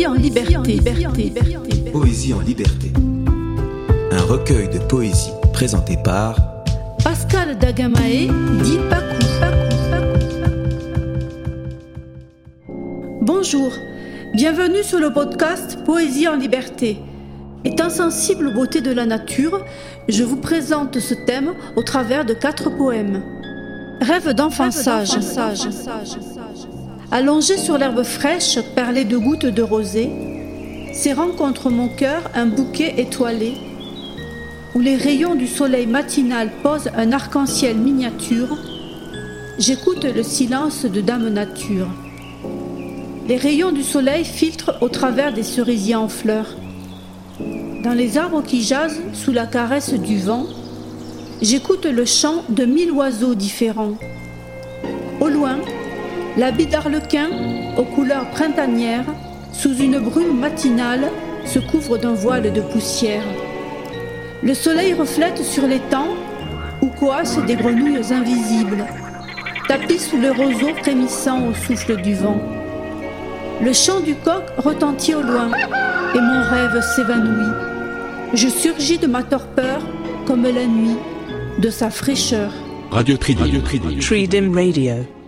en liberté. Poésie en liberté. Un recueil de poésie présenté par Pascal Dagamae, dit Pacou. Bonjour, bienvenue sur le podcast Poésie en liberté. Étant sensible aux beautés de la nature, je vous présente ce thème au travers de 4 poèmes. Rêve d'enfant sage. Allongé sur l'herbe fraîche, perlée de gouttes de rosée, serrant contre mon cœur un bouquet étoilé, où les rayons du soleil matinal posent un arc-en-ciel miniature, j'écoute le silence de Dame Nature. Les rayons du soleil filtrent au travers des cerisiers en fleurs. Dans les arbres qui jasent sous la caresse du vent, j'écoute le chant de 1000 oiseaux différents. Au loin, l'habit d'arlequin, aux couleurs printanières, sous une brume matinale, se couvre d'un voile de poussière. Le soleil reflète sur l'étang où coassent des grenouilles invisibles, tapis sous le roseau frémissant au souffle du vent. Le chant du coq retentit au loin et mon rêve s'évanouit. Je surgis de ma torpeur comme la nuit, de sa fraîcheur. Radio Tridim. Tridim Radio.